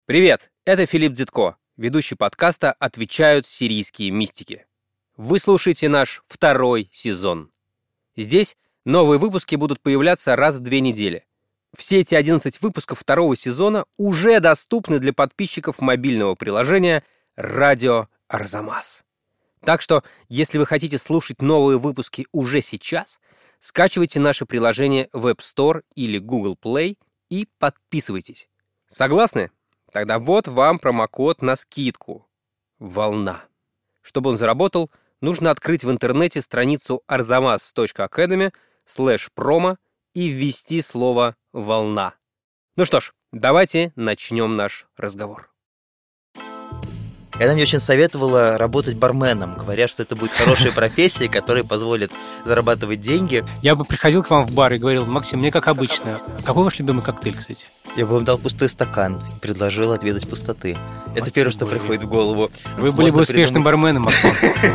Привет, это Филипп Дзитко, ведущий подкаста «Отвечают сирийские мистики». Вы слушаете наш второй сезон. Здесь новые выпуски будут появляться раз в 2 недели. Все эти 11 выпусков второго сезона уже доступны для подписчиков мобильного приложения «Радио Арзамас». Так что, если вы хотите слушать новые выпуски уже сейчас, скачивайте наше приложение в App Store или Google Play и подписывайтесь. Согласны? Тогда вот вам промокод на скидку. Волна. Чтобы он заработал, нужно открыть в интернете страницу arzamas.academy/promo и ввести слово «волна». Ну что ж, давайте начнем наш разговор. Она мне очень советовала работать барменом, говоря, что это будет хорошая профессия, которая позволит зарабатывать деньги. Я бы приходил к вам в бар и говорил: Максим, мне как обычно. Какой ваш любимый коктейль, кстати? Я бы вам дал пустой стакан и предложил отведать пустоты. Это первое, что приходит в голову. Вы были бы успешным барменом, Максим.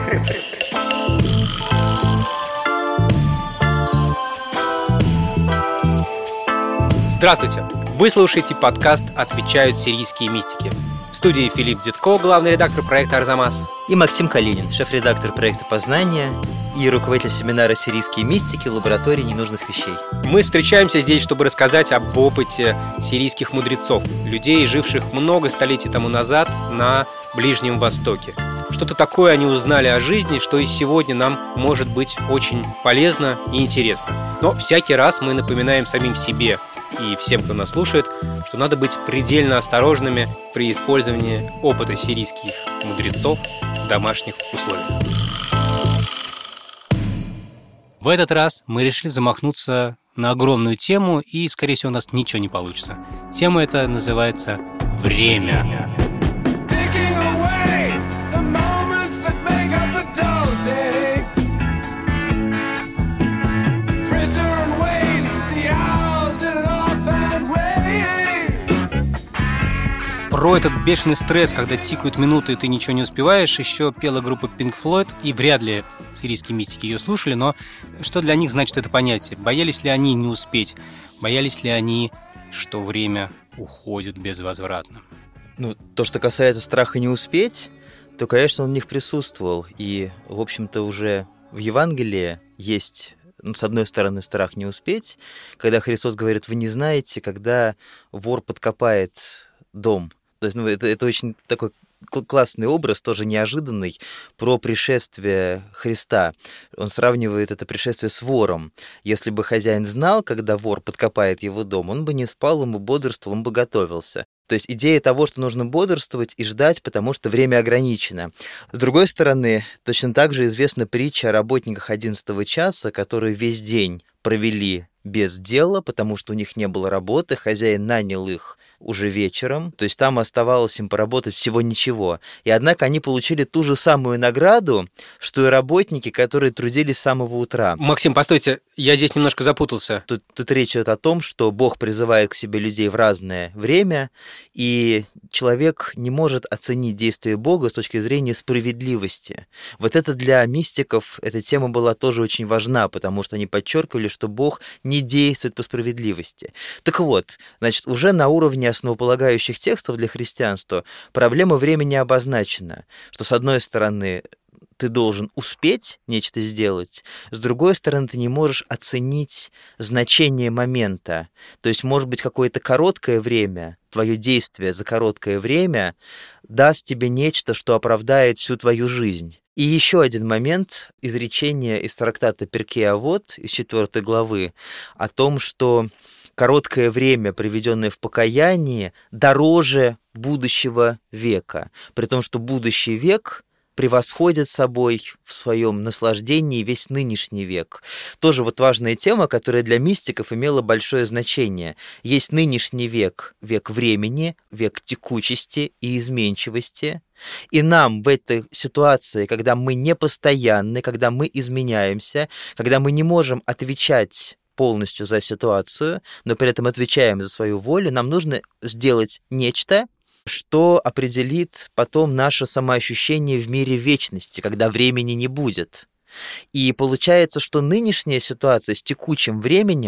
Здравствуйте! Вы слушаете подкаст «Отвечают сирийские мистики». В студии Филипп Дзитко, главный редактор проекта «Арзамас». И Максим Калинин, шеф-редактор проекта «Познание» и руководитель семинара «Сирийские мистики» лаборатории ненужных вещей. Мы встречаемся здесь, чтобы рассказать об опыте сирийских мудрецов, людей, живших много столетий тому назад на Ближнем Востоке. Что-то такое они узнали о жизни, что и сегодня нам может быть очень полезно и интересно. Но всякий раз мы напоминаем самим себе и всем, кто нас слушает, что надо быть предельно осторожными при использовании опыта сирийских мудрецов в домашних условиях. В этот раз мы решили замахнуться на огромную тему, и, скорее всего, у нас ничего не получится. Тема эта называется «Время». Про этот бешеный стресс, когда тикают минуты, и ты ничего не успеваешь, еще пела группа Pink Floyd, и вряд ли сирийские мистики ее слушали, но что для них значит это понятие? Боялись ли они не успеть? Боялись ли они, что время уходит безвозвратно? То, что касается страха не успеть, то, конечно, он в них присутствовал. И, в общем-то, уже в Евангелии есть, с одной стороны, страх не успеть, когда Христос говорит: вы не знаете, когда вор подкопает дом. То есть, это очень такой классный образ, тоже неожиданный, про пришествие Христа. Он сравнивает это пришествие с вором. Если бы хозяин знал, когда вор подкопает его дом, он бы не спал, он бы бодрствовал, он бы готовился. То есть идея того, что нужно бодрствовать и ждать, потому что время ограничено. С другой стороны, точно так же известна притча о работниках 11 часа, которые весь день провели без дела, потому что у них не было работы, хозяин нанял их уже вечером, то есть там оставалось им поработать всего ничего. И однако они получили ту же самую награду, что и работники, которые трудились с самого утра. Максим, постойте, я здесь немножко запутался. Тут речь идет о том, что Бог призывает к себе людей в разное время, и человек не может оценить действие Бога с точки зрения справедливости. Вот это для мистиков, эта тема была тоже очень важна, потому что они подчеркивали, что Бог не действует по справедливости. Так вот, значит, уже на уровне основополагающих текстов для христианства проблема времени обозначена, что, с одной стороны, ты должен успеть нечто сделать, с другой стороны, ты не можешь оценить значение момента. То есть, может быть, какое-то короткое время, твое действие за короткое время даст тебе нечто, что оправдает всю твою жизнь. И еще один момент, изречение из трактата Перкей Авот, из 4 главы, о том, что короткое время, проведенное в покаянии, дороже будущего века, при том, что будущий век превосходит собой в своем наслаждении весь нынешний век. Тоже вот важная тема, которая для мистиков имела большое значение. Есть нынешний век, век времени, век текучести и изменчивости. И нам в этой ситуации, когда мы непостоянны, когда мы изменяемся, когда мы не можем отвечать полностью за ситуацию, но при этом отвечаем за свою волю, нам нужно сделать нечто, что определит потом наше самоощущение в мире вечности, когда времени не будет. И получается, что нынешняя ситуация с текучим временем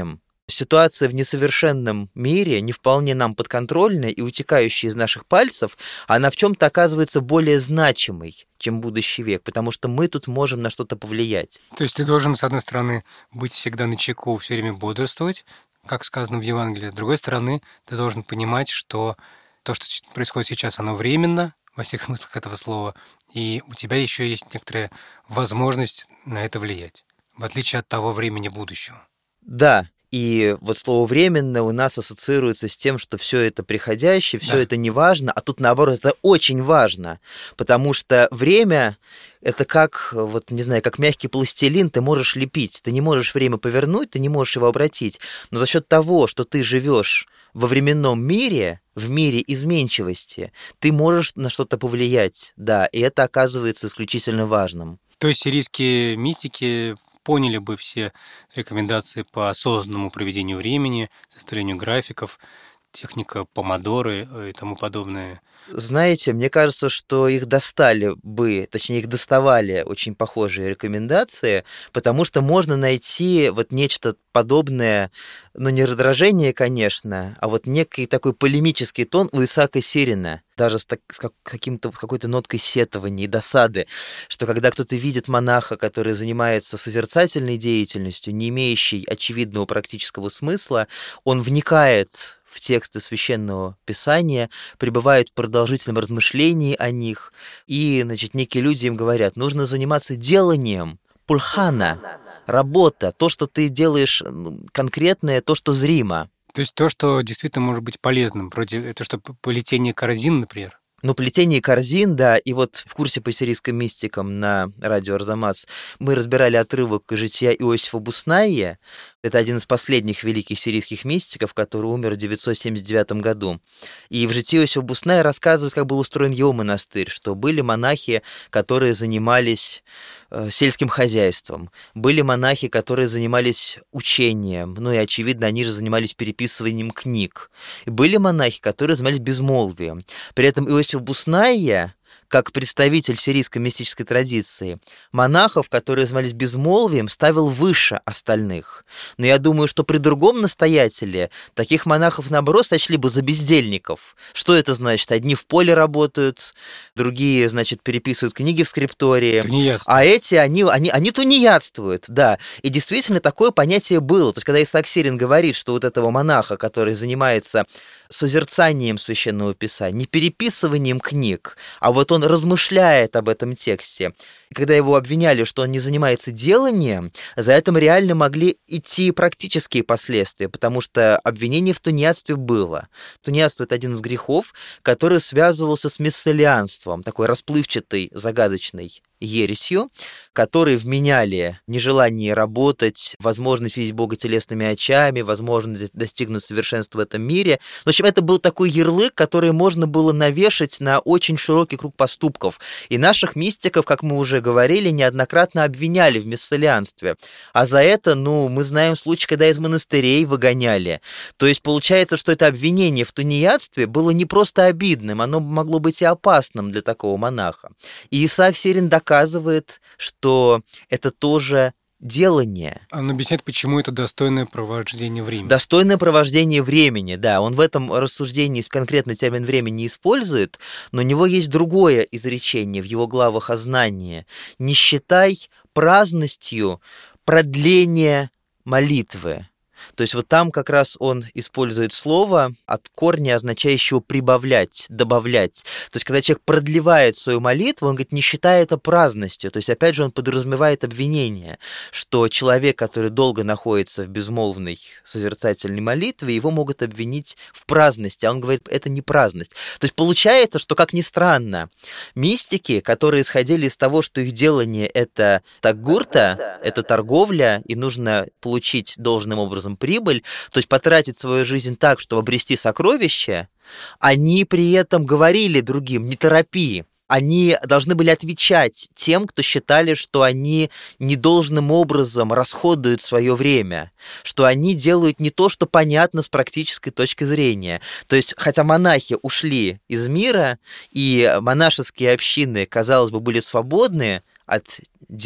ситуация в несовершенном мире, не вполне нам подконтрольная и утекающая из наших пальцев, она в чем-то оказывается более значимой, чем будущий век, потому что мы тут можем на что-то повлиять. То есть ты должен, с одной стороны, быть всегда начеку, все время бодрствовать, как сказано в Евангелии. С другой стороны, ты должен понимать, что то, что происходит сейчас, оно временно, во всех смыслах этого слова, и у тебя еще есть некоторая возможность на это влиять, в отличие от того времени будущего. Да, и вот слово «временно» у нас ассоциируется с тем, что все это приходящее, все это не важно, а тут, наоборот, это очень важно, потому что время — это как, вот, не знаю, как мягкий пластилин, ты можешь лепить, ты не можешь время повернуть, ты не можешь его обратить, но за счет того, что ты живешь во временном мире, в мире изменчивости, ты можешь на что-то повлиять, да, и это оказывается исключительно важным. То есть сирийские мистики поняли бы все рекомендации по осознанному проведению времени, составлению графиков, техника помодоро и тому подобное. Знаете, мне кажется, что их достали бы, точнее, их доставали очень похожие рекомендации, потому что можно найти вот нечто подобное, ну, не раздражение, конечно, а вот некий такой полемический тон у Исаака Сирина, даже с какой-то ноткой сетования и досады, что когда кто-то видит монаха, который занимается созерцательной деятельностью, не имеющей очевидного практического смысла, он вникает в тексты Священного Писания, пребывают в продолжительном размышлении о них, и, значит, некие люди им говорят, нужно заниматься деланием, пульхана, работа, то, что ты делаешь конкретное, то, что зримо. То есть то, что действительно может быть полезным, вроде это что, плетение корзин, например? Ну, плетение корзин, да, и вот в курсе по сирийским мистикам на радио Арзамас мы разбирали отрывок жития Иосифа Буснаия. Это один из последних великих сирийских мистиков, который умер в 979 году. И в житии Иосифа Буснаия рассказывает, как был устроен его монастырь, что были монахи, которые занимались сельским хозяйством, были монахи, которые занимались учением, ну и, очевидно, они же занимались переписыванием книг. И были монахи, которые занимались безмолвием. При этом Иосиф Буснаия, как представитель сирийской мистической традиции, монахов, которые занимались безмолвием, ставил выше остальных. Но я думаю, что при другом настоятеле таких монахов, наоборот, сочли бы за бездельников. Что это значит? Одни в поле работают, другие, значит, переписывают книги в скриптории, а эти, они тунеядствуют, да. И действительно такое понятие было. То есть, когда Исаак Сирин говорит, что вот этого монаха, который занимается созерцанием Священного Писания, не переписыванием книг, а вот он размышляет об этом тексте. И когда его обвиняли, что он не занимается деланием, за этим реально могли идти практические последствия, потому что обвинение в тунеядстве было. Тунеядство — это один из грехов, который связывался с миссалианством, такой расплывчатой, загадочной ересью, которые вменяли нежелание работать, возможность видеть Бога телесными очами, возможность достигнуть совершенства в этом мире. В общем, это был такой ярлык, который можно было навешать на очень широкий круг поступков. И наших мистиков, как мы уже говорили, неоднократно обвиняли в миссалианстве. А за это, мы знаем случай, когда из монастырей выгоняли. То есть получается, что это обвинение в тунеядстве было не просто обидным, оно могло быть и опасным для такого монаха. И Исаак Сирин доказывает, что это тоже делание. Он объясняет, почему это достойное провождение времени. Достойное провождение времени, да. Он в этом рассуждении конкретно термин «времени» не использует, но у него есть другое изречение в его главах о знании. «Не считай праздностью продление молитвы». То есть вот там как раз он использует слово от корня, означающего прибавлять, добавлять. То есть когда человек продлевает свою молитву, он говорит, не считая это праздностью. То есть опять же он подразумевает обвинение, что человек, который долго находится в безмолвной созерцательной молитве, его могут обвинить в праздности, а он говорит, это не праздность. То есть получается, что, как ни странно, мистики, которые исходили из того, что их делание это тагурта, это торговля, и нужно получить должным образом прибыль, то есть потратить свою жизнь так, чтобы обрести сокровища, они при этом говорили другим, не торопи. Они должны были отвечать тем, кто считали, что они недолжным образом расходуют свое время, что они делают не то, что понятно с практической точки зрения. То есть, хотя монахи ушли из мира, и монашеские общины, казалось бы, были свободны от дел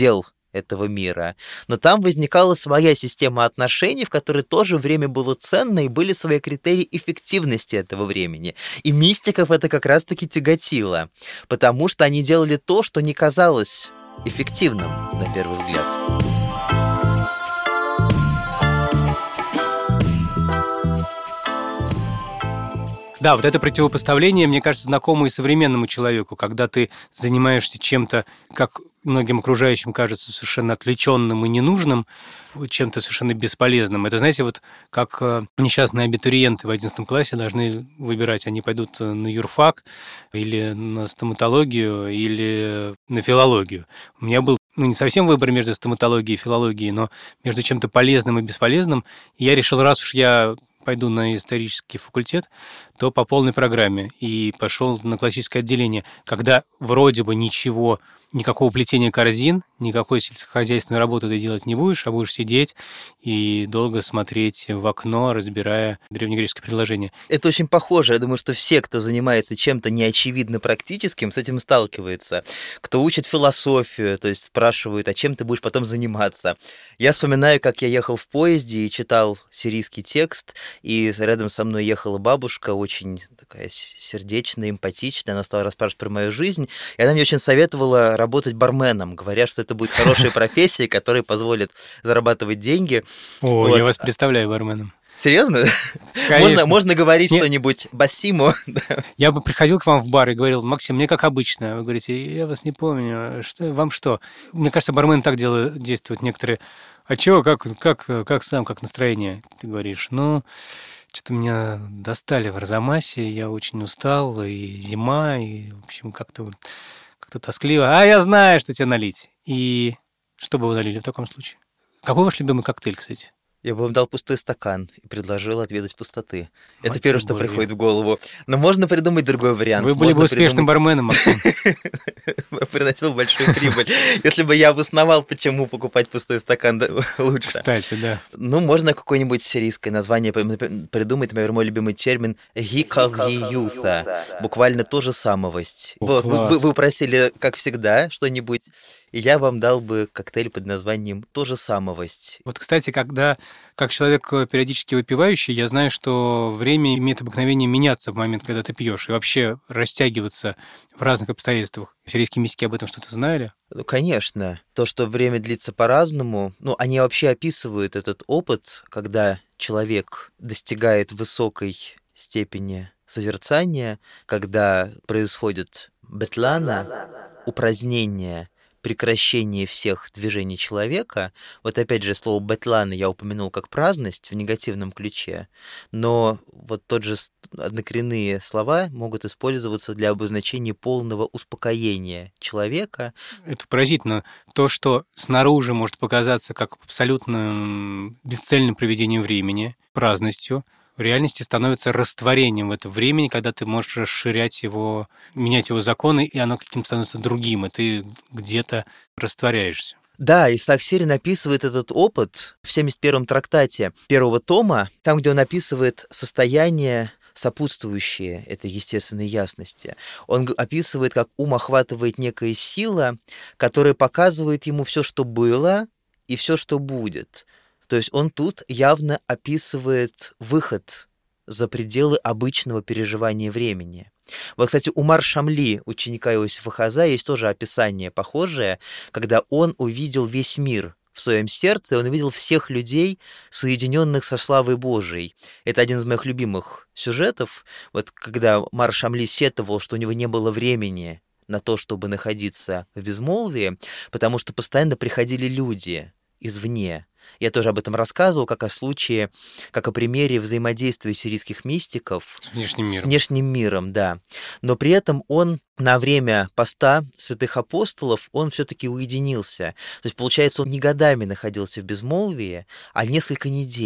этого мира, но там возникала своя система отношений, в которой тоже время было ценно, и были свои критерии эффективности этого времени. И мистиков это как раз-таки тяготило, потому что они делали то, что не казалось эффективным на первый взгляд. Да, вот это противопоставление, мне кажется, знакомо и современному человеку, когда ты занимаешься чем-то, как многим окружающим кажется, совершенно отвлеченным и ненужным, чем-то совершенно бесполезным. Это, знаете, вот как несчастные абитуриенты в 11 классе должны выбирать, они пойдут на юрфак или на стоматологию или на филологию. У меня был не совсем выбор между стоматологией и филологией, но между чем-то полезным и бесполезным. И я решил, раз уж я пойду на исторический факультет, то по полной программе. И пошел на классическое отделение, когда вроде бы никакого плетения корзин, никакой сельскохозяйственной работы ты делать не будешь, а будешь сидеть и долго смотреть в окно, разбирая древнегреческое предложение. Это очень похоже. Я думаю, что все, кто занимается чем-то неочевидно практическим, с этим сталкивается. Кто учит философию, то есть спрашивают, а чем ты будешь потом заниматься. Я вспоминаю, как я ехал в поезде и читал сирийский текст, и рядом со мной ехала бабушка, очень такая сердечная, эмпатичная, она стала расспрашивать про мою жизнь, и она мне очень советовала работать барменом, говоря, что это будет хорошая профессия, которая позволит зарабатывать деньги. О, вот. Я вас представляю барменом. Серьезно? Можно говорить что-нибудь басиму. Я бы приходил к вам в бар и говорил: Максим, мне как обычно. Вы говорите: я вас не помню. Вам что? Мне кажется, бармен так действуют некоторые. А чё, как сам, как настроение? Ты говоришь: ну, что-то меня достали в Арзамасе, я очень устал, и зима, и, в общем, как-то тоскливо. А я знаю, что тебе налить. И что бы вы налили в таком случае? Какой ваш любимый коктейль, кстати? Я бы вам дал пустой стакан и предложил отведать пустоты. Это первое, что приходит в голову. Но можно придумать другой вариант. Вы были бы успешным барменом, Максим. Приносил большую прибыль. Если бы я обосновал, почему покупать пустой стакан лучше. Кстати, да. Ну, можно какое-нибудь сирийское название придумать. Например, мой любимый термин «гикалгиюса». Буквально то же самовость. Вот, вы просили, как всегда, что-нибудь, и я вам дал бы коктейль под названием «То же самовость». Вот, кстати, как человек периодически выпивающий, я знаю, что время имеет обыкновение меняться в момент, когда ты пьешь, и вообще растягиваться в разных обстоятельствах. Сирийские мистики об этом что-то знали? Ну, конечно. То, что время длится по-разному, они вообще описывают этот опыт, когда человек достигает высокой степени созерцания, когда происходит бетлана, упразднение, прекращение всех движений человека. Вот опять же, слово «бетлана» я упомянул как праздность в негативном ключе, но вот тот же однокоренные слова могут использоваться для обозначения полного успокоения человека. Это поразительно. То, что снаружи может показаться как абсолютно бесцельным проведением времени, праздностью, в реальности становится растворением в этом времени, когда ты можешь расширять его, менять его законы, и оно каким-то становится другим, и ты где-то растворяешься. Да, Исаак Сирин описывает этот опыт в 71-м трактате первого тома, там, где он описывает состояние, сопутствующие этой естественной ясности. Он описывает, как ум охватывает некая сила, которая показывает ему все, что было, и все, что будет. То есть он тут явно описывает выход за пределы обычного переживания времени. Вот, кстати, у Умар Шамли, ученика Иосифа Хаза, есть тоже описание похожее, когда он увидел весь мир в своем сердце, он увидел всех людей, соединенных со славой Божией. Это один из моих любимых сюжетов, вот когда Умар Шамли сетовал, что у него не было времени на то, чтобы находиться в безмолвии, потому что постоянно приходили люди извне. Я тоже об этом рассказывал, как о случае, как о примере взаимодействия сирийских мистиков с внешним миром, да. Но при этом он на время поста святых апостолов, он все-таки уединился. То есть, получается, он не годами находился в безмолвии, а несколько недель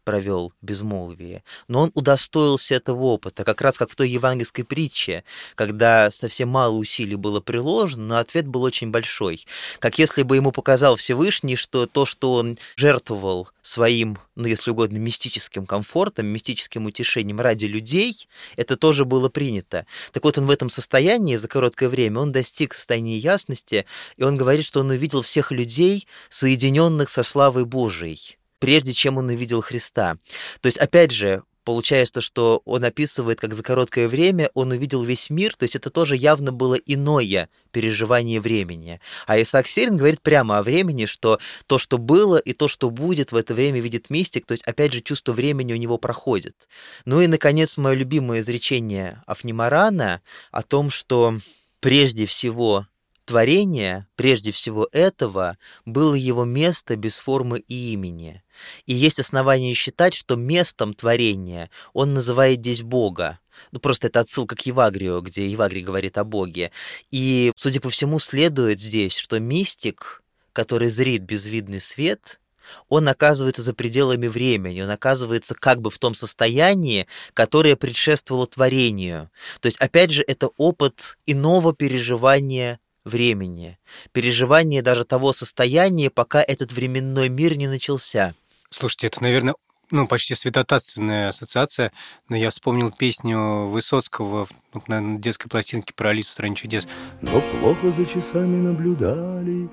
провел в безмолвии, но он удостоился этого опыта, как раз как в той евангельской притче, когда совсем мало усилий было приложено, но ответ был очень большой. Как если бы ему показал Всевышний, что то, что он жертвовал своим, если угодно, мистическим комфортом, мистическим утешением ради людей, это тоже было принято. Так вот, он в этом состоянии за короткое время, он достиг состояния ясности, и он говорит, что он увидел всех людей, соединенных со славой Божией, прежде чем он увидел Христа. То есть, опять же, получается, что он описывает, как за короткое время он увидел весь мир, то есть это тоже явно было иное переживание времени. А Исаак Сирин говорит прямо о времени, что то, что было, и то, что будет, в это время видит мистик, то есть, опять же, чувство времени у него проходит. Ну и, наконец, мое любимое изречение Афнимарана о том, что прежде всего творение, прежде всего этого, было его место без формы и имени. И есть основания считать, что местом творения он называет здесь Бога. Ну, просто это отсылка к Евагрию, где Евагрий говорит о Боге. И, судя по всему, следует здесь, что мистик, который зрит безвидный свет, он оказывается за пределами времени, он оказывается как бы в том состоянии, которое предшествовало творению. То есть, опять же, это опыт иного переживания времени, переживание даже того состояния, пока этот временной мир не начался. Слушайте, это, наверное, почти святотатственная ассоциация, но я вспомнил песню Высоцкого на детской пластинке про Алису в стране чудес. Но плохо за часами наблюдали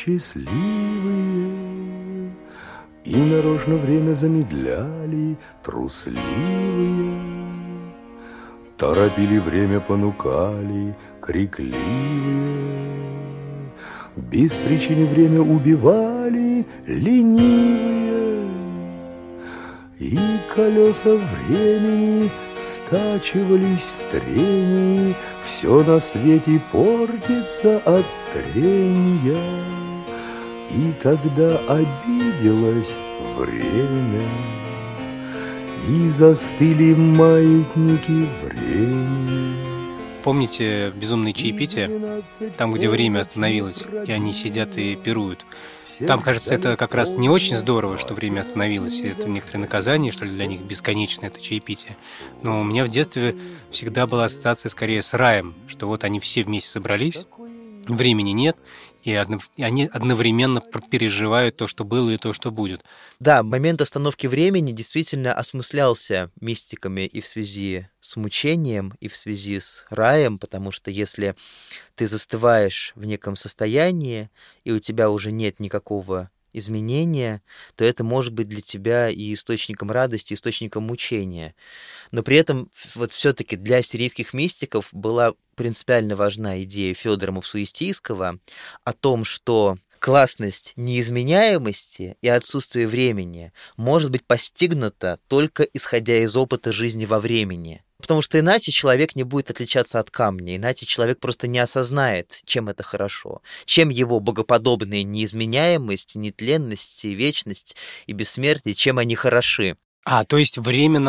счастливые, и нарочно время замедляли трусливые. Торопили время, понукали крикливые, без причины время убивали ленивые, и колеса времени стачивались в трении, все на свете портится от трения, и тогда обиделось время, и застыли маятники времени. Помните «Безумное чаепитие», там, где время остановилось, и они сидят и пируют? Там, кажется, это как раз не очень здорово, что время остановилось, и это некоторое наказание, что ли, для них бесконечное это чаепитие. Но у меня в детстве всегда была ассоциация скорее с раем, что вот они все вместе собрались, времени нет, и они одновременно переживают то, что было, и то, что будет. Да, момент остановки времени действительно осмыслялся мистиками и в связи с мучением, и в связи с раем, потому что если ты застываешь в неком состоянии, и у тебя уже нет никакого изменения, то это может быть для тебя и источником радости, и источником мучения. Но при этом вот все-таки для сирийских мистиков была принципиально важна идея Федора Мавсуистийского о том, что классность неизменяемости и отсутствие времени может быть постигнута только исходя из опыта жизни во времени. Потому что иначе человек не будет отличаться от камня, иначе человек просто не осознает, чем это хорошо, чем его богоподобная неизменяемость, нетленность, вечность и бессмертие, чем они хороши. То есть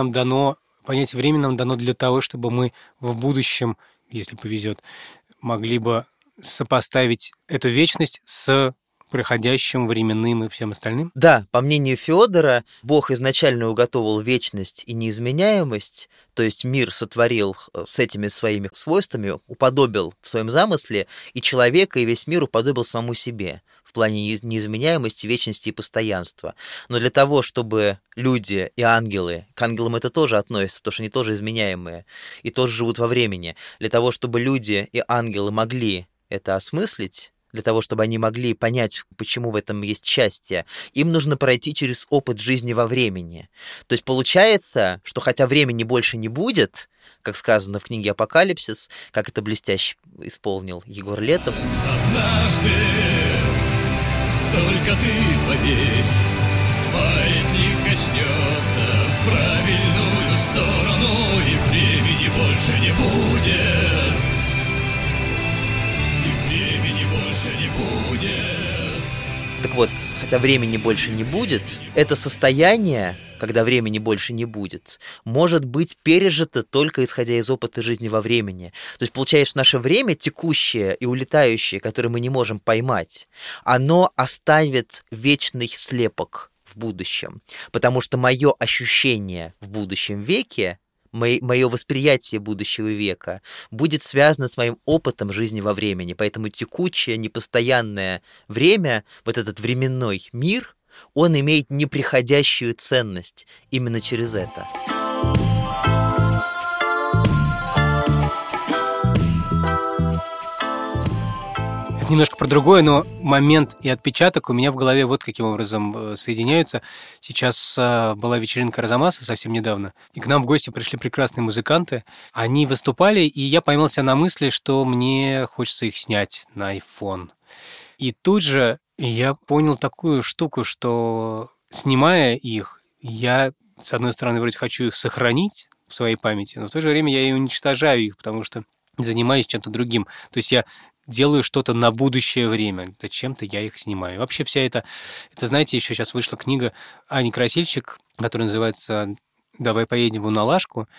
понятие время нам дано для того, чтобы мы в будущем, если повезет, могли бы сопоставить эту вечность с проходящим, временным и всем остальным? Да, по мнению Феодора, Бог изначально уготовил вечность и неизменяемость, то есть мир сотворил с этими своими свойствами, уподобил в своем замысле, и человека, и весь мир уподобил самому себе в плане неизменяемости, вечности и постоянства. Но для того, чтобы люди и ангелы, к ангелам это тоже относится, потому что они тоже изменяемые и тоже живут во времени, для того, чтобы люди и ангелы могли это осмыслить, для того, чтобы они могли понять, почему в этом есть счастье, им нужно пройти через опыт жизни во времени. То есть получается, что хотя времени больше не будет, как сказано в книге «Апокалипсис», как это блестяще исполнил Егор Летов. Однажды только ты поверь, маятник коснется в правильную сторону, и времени больше не будет. Так вот, хотя времени больше не будет, это состояние, когда времени больше не будет, может быть пережито только исходя из опыта жизни во времени. То есть, получается, наше время текущее и улетающее, которое мы не можем поймать, оно оставит вечный слепок в будущем, потому что мое ощущение в будущем веке, мое восприятие будущего века будет связано с моим опытом жизни во времени. Поэтому текучее, непостоянное время, вот этот временной мир, он имеет неприходящую ценность именно через это. Немножко про другое, но момент и отпечаток у меня в голове вот каким образом соединяются. Сейчас была вечеринка Арзамаса совсем недавно, и к нам в гости пришли прекрасные музыканты. Они выступали, и я поймал себя на мысли, что мне хочется их снять на iPhone. И тут же я понял такую штуку, что, снимая их, я, с одной стороны, вроде хочу их сохранить в своей памяти, но в то же время я и уничтожаю их, потому что занимаюсь чем-то другим. То есть я делаю что-то на будущее время. Зачем-то я их снимаю. Вообще вся это, знаете, еще сейчас вышла книга Ани Красильщик, которая называется «Давай поедем в Уналашку»,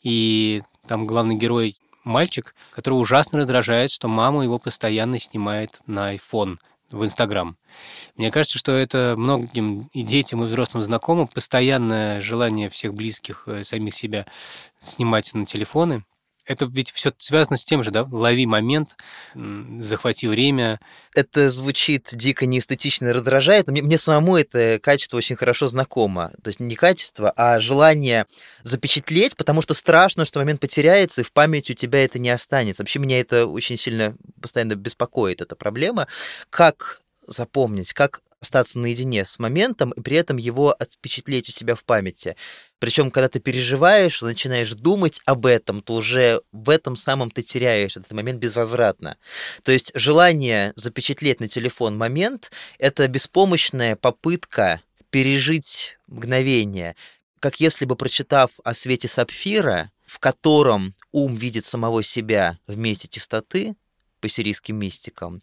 и там главный герой мальчик, который ужасно раздражает, что мама его постоянно снимает на iPhone в Инстаграм. Мне кажется, что это многим и детям, и взрослым знакомо, постоянное желание всех близких, самих себя снимать на телефоны. Это ведь все связано с тем же, да? Лови момент, захвати время. Это звучит дико неэстетично и раздражает, но мне самому это качество очень хорошо знакомо. То есть не качество, а желание запечатлеть, потому что страшно, что момент потеряется, и в памяти у тебя это не останется. Вообще меня это очень сильно постоянно беспокоит, эта проблема. Как запомнить, как остаться наедине с моментом и при этом его отпечатлеть у себя в памяти. Причем, когда ты переживаешь, начинаешь думать об этом, то уже в этом самом ты теряешь этот момент безвозвратно. То есть желание запечатлеть на телефон момент — это беспомощная попытка пережить мгновение. Как если бы, прочитав о свете сапфира, в котором ум видит самого себя в месте чистоты, по сирийским мистикам,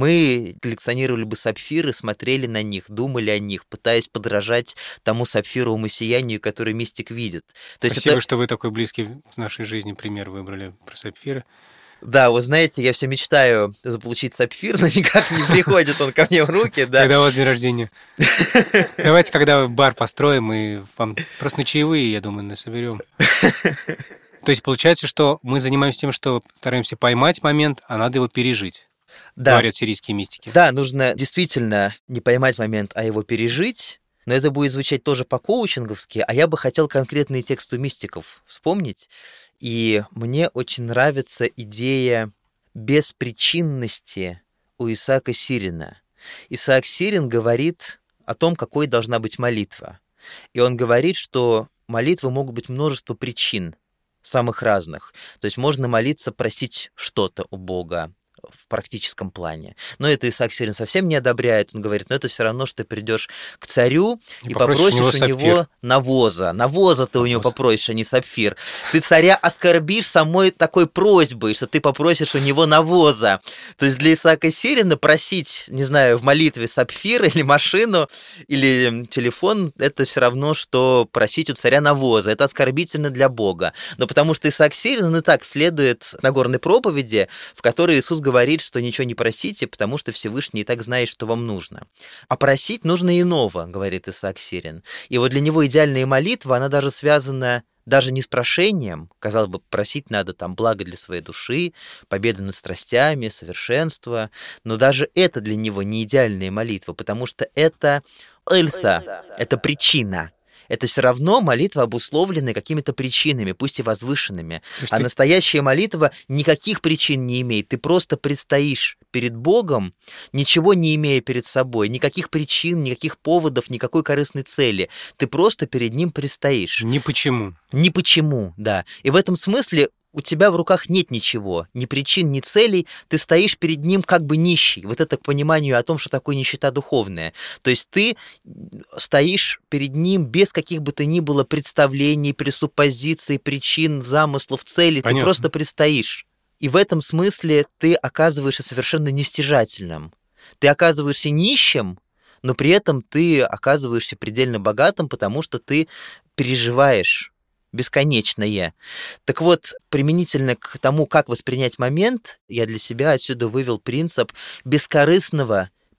мы коллекционировали бы сапфиры, смотрели на них, думали о них, пытаясь подражать тому сапфировому сиянию, который мистик видит. То есть Спасибо, что вы такой близкий в нашей жизни пример выбрали про сапфиры. Да, вы знаете, я все мечтаю заполучить сапфир, но никак не приходит он ко мне в руки. Да. Когда у вас день рождения? Давайте, когда бар построим, и вам просто на чаевые, я думаю, насоберем. То есть получается, что мы занимаемся тем, что стараемся поймать момент, а надо его пережить, да. Говорят сирийские мистики. Да, нужно действительно не поймать момент, а его пережить, но это будет звучать тоже по-коучинговски, а я бы хотел конкретные тексты мистиков вспомнить, и мне очень нравится идея беспричинности у Исаака Сирина. Исаак Сирин говорит о том, какой должна быть молитва, и он говорит, что молитвы могут быть множество причин, самых разных. То есть можно молиться, просить что-то у Бога в практическом плане. Но это Исаак Сирин совсем не одобряет. Он говорит, это все равно, что ты придешь к царю и попросишь у него навоза. Навоза ты у него попросишь, а не сапфир. Ты царя оскорбишь самой такой просьбой, что ты попросишь у него навоза. То есть для Исаака Сирина просить, не знаю, в молитве сапфир или машину, или телефон, это все равно, что просить у царя навоза. Это оскорбительно для Бога. Но потому что Исаак Сирин, он и так следует Нагорной проповеди, в которой Иисус говорит, что ничего не просите, потому что Всевышний и так знает, что вам нужно. А просить нужно иного, говорит Исаак Сирин. И вот для него идеальная молитва, она даже связана даже не с прошением, казалось бы, просить надо там благо для своей души, победы над страстями, совершенства, но даже это для него не идеальная молитва, потому что это эльса, это причина. Это все равно молитва, обусловленная какими-то причинами, пусть и возвышенными. А настоящая молитва никаких причин не имеет. Ты просто предстоишь перед Богом, ничего не имея перед собой, никаких причин, никаких поводов, никакой корыстной цели. Ты просто перед Ним предстоишь. Ни почему. Ни почему, да. И в этом смысле у тебя в руках нет ничего, ни причин, ни целей, ты стоишь перед Ним как бы нищий. Вот это к пониманию о том, что такое нищета духовная. То есть ты стоишь перед Ним без каких бы то ни было представлений, пресуппозиций, причин, замыслов, целей. Понятно. Ты просто предстоишь. И в этом смысле ты оказываешься совершенно нестяжательным. Ты оказываешься нищим, но при этом ты оказываешься предельно богатым, потому что ты переживаешь бесконечное. Так вот, применительно к тому, как воспринять момент, я для себя отсюда вывел принцип бескорыстного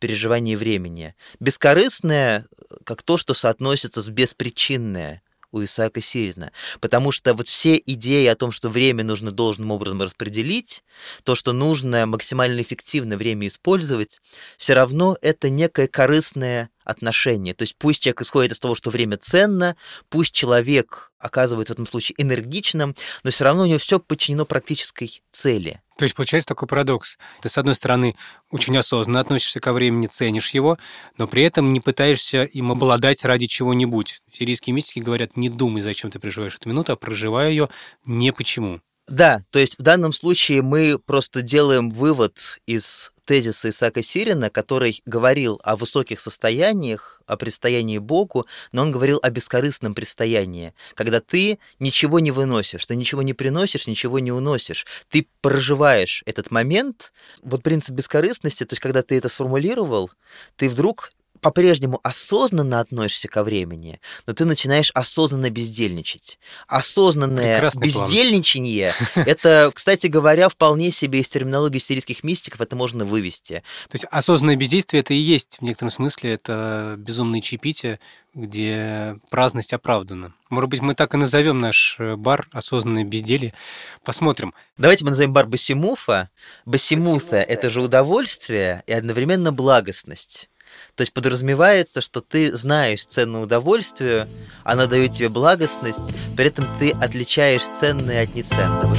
переживании времени. Бескорыстное, как то, что соотносится с беспричинное у Исаака Сирина. Потому что вот все идеи о том, что время нужно должным образом распределить, то, что нужно максимально эффективно время использовать, все равно это некое корыстное отношение. То есть пусть человек исходит из того, что время ценно, пусть человек оказывается в этом случае энергичным, но все равно у него все подчинено практической цели. То есть получается такой парадокс. Ты, с одной стороны, очень осознанно относишься ко времени, ценишь его, но при этом не пытаешься им обладать ради чего-нибудь. Сирийские мистики говорят, не думай, зачем ты проживаешь эту минуту, а проживай ее не почему. Да, то есть в данном случае мы просто делаем вывод из тезиса Исаака Сирина, который говорил о высоких состояниях, о предстоянии Богу, но он говорил о бескорыстном предстоянии, когда ты ничего не выносишь, ты ничего не приносишь, ничего не уносишь, ты проживаешь этот момент. Вот принцип бескорыстности, то есть когда ты это сформулировал, ты вдруг по-прежнему осознанно относишься ко времени, но ты начинаешь осознанно бездельничать. Осознанное Прекрасный бездельничание, это, кстати говоря, вполне себе из терминологии сирийских мистиков это можно вывести. То есть осознанное бездействие – это и есть, в некотором смысле, это безумное чаепитие, где праздность оправдана. Может быть, мы так и назовем наш бар «Осознанное безделье». Посмотрим. Давайте мы назовем бар Басимуфа. Басимуфа – это же удовольствие и одновременно благостность. То есть подразумевается, что ты знаешь цену удовольствию, она дает тебе благостность, при этом ты отличаешь ценное от неценного.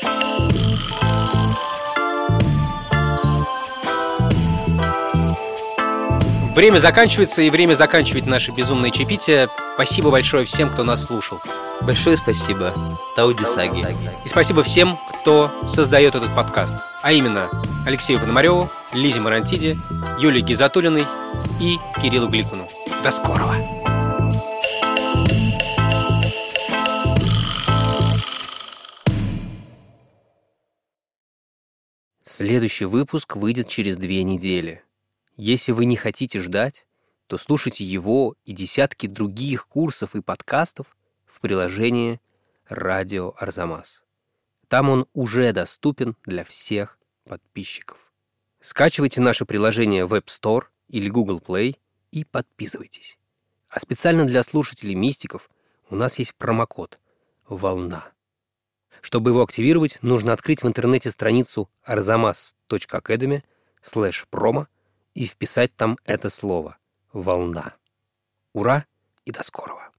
Время заканчивается, и время заканчивать наше безумное чаепитие. Спасибо большое всем, кто нас слушал. Большое спасибо, Тауди Саги. И спасибо всем, кто создает этот подкаст. А именно Алексею Пономареву, Лизе Марантиде, Юлии Гизатуллиной и Кириллу Гликману. До скорого! Следующий выпуск выйдет через 2 недели. Если вы не хотите ждать, то слушайте его и десятки других курсов и подкастов в приложении «Радио Арзамас». Там он уже доступен для всех подписчиков. Скачивайте наше приложение в App Store или Google Play и подписывайтесь. А специально для слушателей мистиков у нас есть промокод «Волна». Чтобы его активировать, нужно открыть в интернете страницу arzamas.academy/promo и вписать там это слово «Волна». Ура и до скорого!